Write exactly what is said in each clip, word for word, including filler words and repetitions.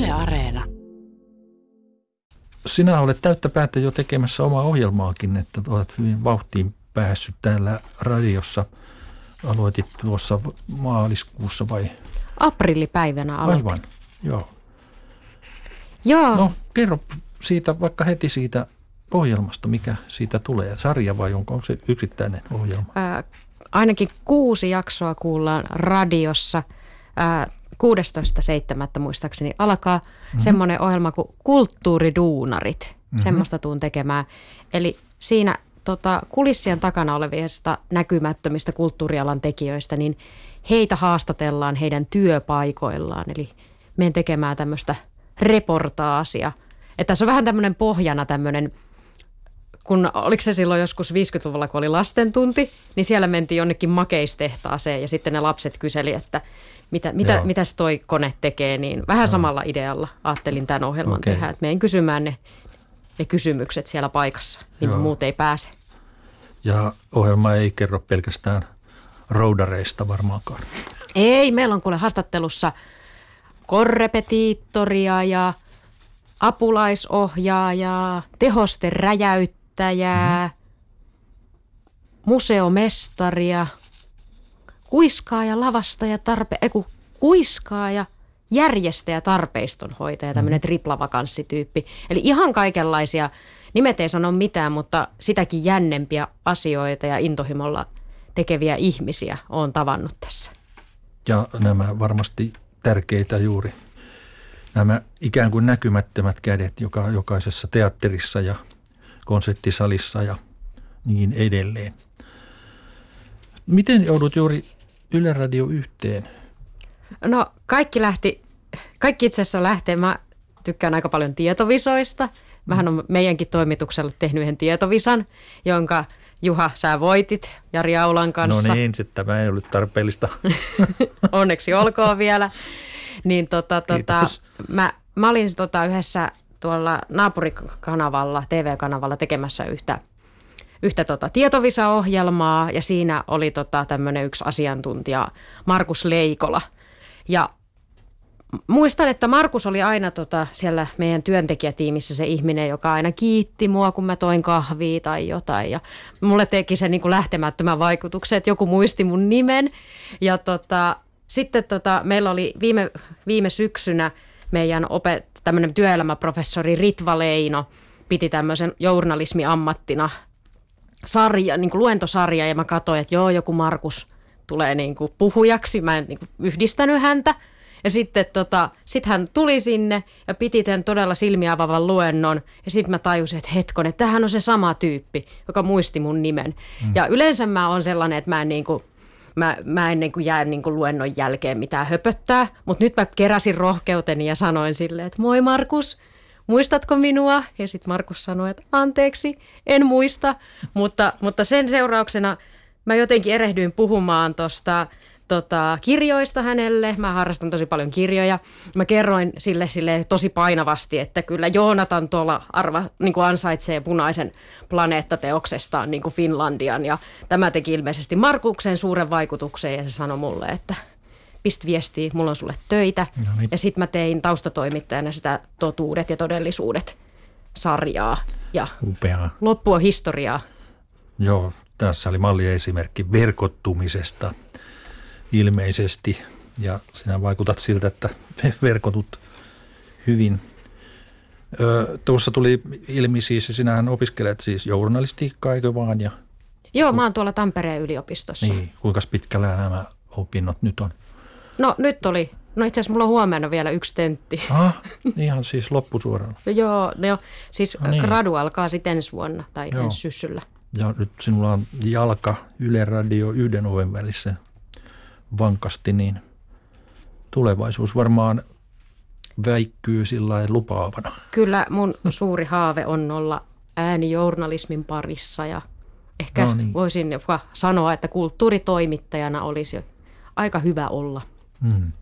Yle Areena. Sinä olet täyttä päätä jo tekemässä omaa ohjelmaakin, että olet hyvin vauhtiin päässyt täällä radiossa. Aloitit tuossa maaliskuussa vai? Aprillipäivänä aloitin. Aivan, joo. Joo. No kerro siitä, vaikka heti siitä ohjelmasta, mikä siitä tulee. Sarja vai onko, onko se yksittäinen ohjelma? Ää, ainakin kuusi jaksoa kuullaan radiossa. Ää, kuudestoista seitsemättä muistaakseni alkaa mm-hmm. semmoinen ohjelma kuin Kulttuuriduunarit. Mm-hmm. Semmoista tuun tekemään. Eli siinä tota, kulissien takana olevista näkymättömistä kulttuurialan tekijöistä, niin heitä haastatellaan heidän työpaikoillaan. Eli menen tekemään tämmöistä reportaasia. Että tässä on vähän tämmöinen pohjana tämmöinen, kun oliko se silloin joskus viisikymmentäluvulla, kun oli lastentunti, niin siellä mentiin jonnekin makeistehtaaseen ja sitten ne lapset kyseli, että mitä, mitä, mitäs toi kone tekee, niin vähän Joo. samalla idealla ajattelin tämän ohjelman okay. tehdä, että menen kysymään ne, ne kysymykset siellä paikassa, niin muut ei pääse. Ja ohjelma ei kerro pelkästään roudareista varmaankaan. Ei, meillä on kuule haastattelussa korrepetiittoria ja apulaisohjaajaa, tehosteräjäyttäjää, mm-hmm. museomestaria, kuiskaaja, lavastaja, tarpe, eiku, kuiskaaja, järjestäjä, tarpeistonhoitaja, tämmöinen mm-hmm. triplavakanssityyppi. Eli ihan kaikenlaisia, nimet ei sano mitään, mutta sitäkin jännempiä asioita ja intohimolla tekeviä ihmisiä olen tavannut tässä. Ja nämä varmasti tärkeitä juuri. Nämä ikään kuin näkymättömät kädet joka, jokaisessa teatterissa ja konserttisalissa ja niin edelleen. Miten joudut juuri Yle Radio yhteen? No kaikki lähti, kaikki itse asiassa lähtee. Mä tykkään aika paljon tietovisoista. Mähän on meidänkin toimituksella tehnyt yhden tietovisan, jonka Juha, sä voitit Jari Aulan kanssa. No niin, sitten tämä ei ollut tarpeellista. Onneksi olkoon vielä. Niin tota, tota, mä, mä olin tota yhdessä tuolla naapurikanavalla, T V-kanavalla tekemässä yhtä, yhtä tota tietovisa-ohjelmaa ja siinä oli tota tämmöinen yksi asiantuntija, Markus Leikola. Ja muistan, että Markus oli aina tota siellä meidän työntekijätiimissä se ihminen, joka aina kiitti mua, kun mä toin kahvia tai jotain. Ja mulle teki se niin kuin lähtemättömän vaikutuksen, että joku muisti mun nimen ja tota... Sitten tota, meillä oli viime, viime syksynä meidän opet, tämmöinen työelämäprofessori Ritva Leino piti tämmöisen journalismiammattina sarja, niin kuin luentosarja ja mä katsoin, että joo, joku Markus tulee niin kuin puhujaksi. Mä en niin kuin yhdistänyt häntä ja sitten tota, sit hän tuli sinne ja piti tämän todella silmiä avaavan luennon ja sitten mä tajusin, että hetkonen, tämähän on se sama tyyppi, joka muisti mun nimen. Mm. Ja yleensä mä oon sellainen, että mä en niin kuin Mä, mä en niin kuin jää niin kuin luennon jälkeen mitään höpöttää, mutta nyt mä keräsin rohkeuteni ja sanoin silleen, että moi Markus, muistatko minua? Ja sitten Markus sanoi, että anteeksi, en muista, mutta, mutta sen seurauksena mä jotenkin erehdyin puhumaan tuosta tota, kirjoista hänelle. Mä harrastan tosi paljon kirjoja. Mä kerroin sille, sille tosi painavasti, että kyllä Joonatan tuolla arva, niin kuin ansaitsee punaisen planeettateoksestaan niin kuin Finlandian. Ja tämä teki ilmeisesti Markuksen suuren vaikutuksen ja se sanoi mulle, että pist viestiä, mulla on sulle töitä. No niin. Ja sitten mä tein taustatoimittajana sitä Totuudet ja todellisuudet -sarjaa. Ja upeaa. Loppu on historiaa. Joo, tässä oli malliesimerkki verkottumisesta. Ilmeisesti, ja sinä vaikutat siltä, että verkotut hyvin. Ö, tuossa tuli ilmi siis, sinähän opiskelet siis journalistiikkaa, eikö vaan? Ja, Joo, mä oon tuolla Tampereen yliopistossa. Niin, kuinka pitkällä nämä opinnot nyt on? No nyt oli, no itse asiassa mulla on huomenna vielä yksi tentti. Ah, ihan siis loppusuoralla. Joo, no, siis no niin. Gradu alkaa sitten ensi vuonna tai Joo. ensi syssyllä. Ja nyt sinulla on jalka Yle Radio yhden oven välissä vankasti, niin tulevaisuus varmaan väikkyy sillä lailla lupaavana. Kyllä mun suuri haave on olla äänijournalismin parissa ja ehkä no niin. voisin jopa sanoa, että kulttuuritoimittajana olisi aika hyvä olla. Hmm.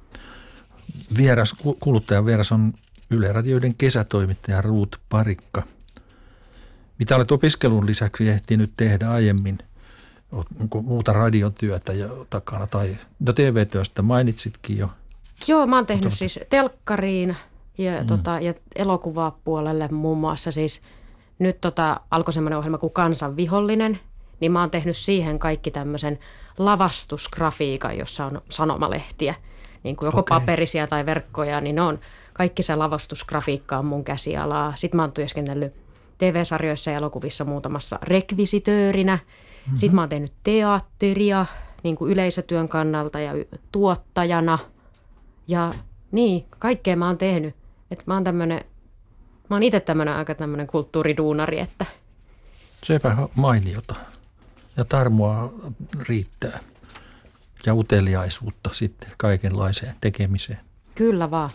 Vieras, kuluttajan vieras on Yle Radioiden kesätoimittaja Ruut Parikka. Mitä olet opiskelun lisäksi ehtinyt tehdä aiemmin? Onko muuta radiotyötä jo takana tai no T V-työstä mainitsitkin jo? Joo, mä oon tehnyt siis telkkariin Ja, mm. tota, ja elokuvapuolelle muun muassa siis nyt tota, alkoi semmoinen ohjelma kuin Kansan vihollinen, niin mä oon tehnyt siihen kaikki tämmöisen lavastusgrafiikan, jossa on sanomalehtiä, niin kuin joko okay. paperisia tai verkkoja, niin ne on kaikki se lavastusgrafiikka on mun käsialaa. Sitten mä oon työskennellyt T V-sarjoissa ja elokuvissa muutamassa rekvisitöörinä. Mm-hmm. Sitten mä oon tehnyt teatteria niin kuin yleisötyön kannalta ja tuottajana. Ja niin, kaikkea mä oon tehnyt. Et mä oon tämmönen, mä oon itse tämmönen aika tämmönen kulttuuriduunari, että... Sepä mainiota. Ja tarmoa riittää. Ja uteliaisuutta sitten kaikenlaiseen tekemiseen. Kyllä vaan.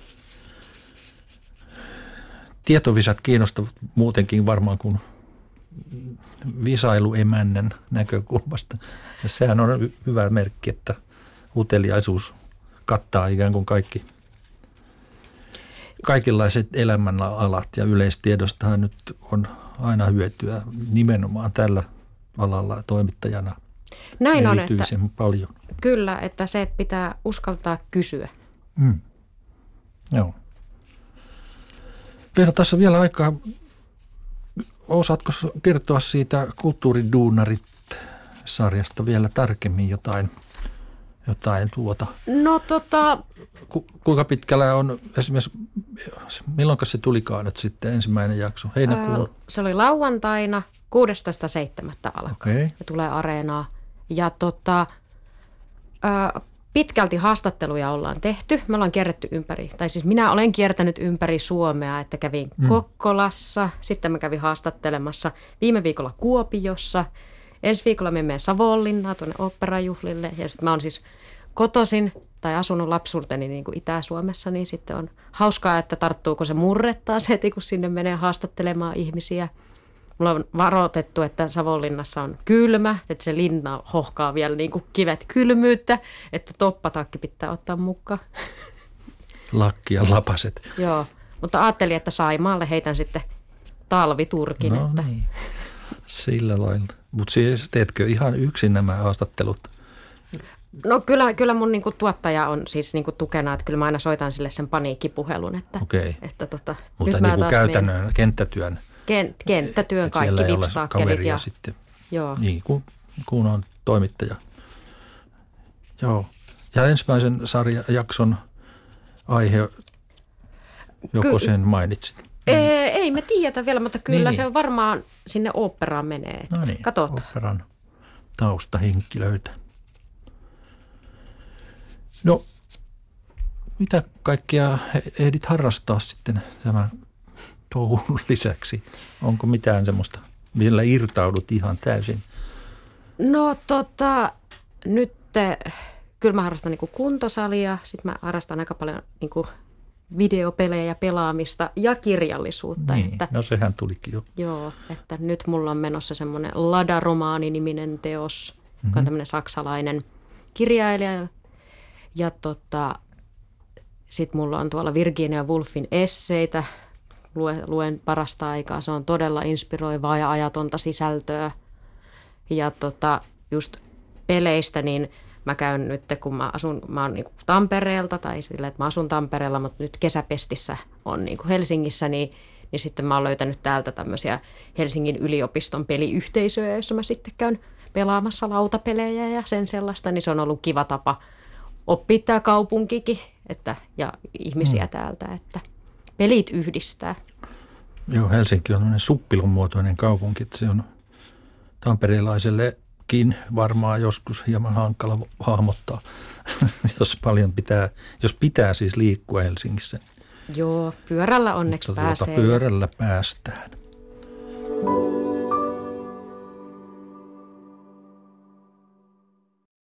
Tietovisat kiinnostavat muutenkin varmaan kuin visailuemännän näkökulmasta. Ja sehän on hyvä merkki, että uteliaisuus kattaa ikään kuin kaikki, kaikenlaiset elämänalat ja yleistiedostahan nyt on aina hyötyä nimenomaan tällä alalla toimittajana. Näin on, erityisen että, paljon. Kyllä, että se pitää uskaltaa kysyä. Mm. Joo. Vielä tässä vielä aikaa. Osaatko kertoa siitä Kulttuuriduunarit-sarjasta vielä tarkemmin jotain, jotain tuota? No tota... Ku, kuinka pitkällä on esimerkiksi, milloin se tulikaan nyt sitten ensimmäinen jakso? Heinäkuun? Öö, se oli lauantaina kuudestoista seitsemättä alkaa. Okay. Ja tulee Areenaa. Ja tota... Öö, Pitkälti haastatteluja ollaan tehty. Me ollaan kierretty ympäri, tai siis minä olen kiertänyt ympäri Suomea, että kävin mm. Kokkolassa, sitten mä kävin haastattelemassa viime viikolla Kuopiossa. Ensi viikolla me menen Savonlinnaan tuonne oopperajuhlille, ja sitten mä oon siis kotoisin tai asunut lapsuuteni niin kuin Itä-Suomessa, niin sitten on hauskaa, että tarttuuko se murrettaa se heti, kun sinne menee haastattelemaan ihmisiä. Mulla on varoitettu, että Savonlinnassa on kylmä, että se linna hohkaa vielä niin kuin kivet kylmyyttä, että toppatakki pitää ottaa mukaan. Lakki ja lapaset. Joo, mutta ajattelin, että Saimaalle heitän sitten talviturkin. No että... niin, sillä lailla. Mutta siis teetkö ihan yksin nämä haastattelut? No kyllä, kyllä mun niinku tuottaja on siis niinku tukena, että kyllä mä aina soitan sille sen paniikkipuhelun. Että, okei, että tota, mutta nyt niin kuin käytännön menen... kenttätyön. Kent, kenttätyön kaikki vipstaakkelit. Ja... sitten. Joo. Niin, kun, kun on toimittaja. Joo. Ja ensimmäisen sarjajakson aihe, joko Ky- sen mainitsit? Ei, ei me tiedetä vielä, mutta kyllä niin, se niin. varmaan sinne oopperaan menee. No niin, katsotaan. oopperan taustahenkilöitä. No, mitä kaikkea ehdit harrastaa sitten tämän touhun lisäksi? Onko mitään semmoista, millä irtaudut ihan täysin? No tota, nyt kyllä mä harrastan niinku kuntosalia, sitten mä harrastan aika paljon niinku videopelejä, pelaamista ja kirjallisuutta. Niin, että, no sehän tulikin jo. Joo, että nyt mulla on menossa semmoinen Lada-romaani-niminen teos, mm-hmm. joka on tämmöinen saksalainen kirjailija. Ja tota, sitten mulla on tuolla Virginia Woolfin esseitä, luen, luen parasta aikaa. Se on todella inspiroivaa ja ajatonta sisältöä. Ja tota, just peleistä, niin mä käyn nyt, kun mä asun, mä oon niin kuin Tampereelta tai sillä, että mä asun Tampereella, mutta nyt kesäpestissä on niin kuin Helsingissä, niin, niin sitten mä oon löytänyt täältä tämmöisiä Helsingin yliopiston peliyhteisöjä, joissa mä sitten käyn pelaamassa lautapelejä ja sen sellaista, niin se on ollut kiva tapa oppia tämä kaupunkikin että, ja ihmisiä hmm. täältä, että pelit yhdistää. Joo, Helsinki on sellainen suppilon muotoinen kaupunki, että se on tamperelaisellekin varmaan joskus hieman hankala hahmottaa, jos paljon pitää, jos pitää siis liikkua Helsingissä. Joo, pyörällä onneksi Mutta pääsee. Tuota, pyörällä päästään.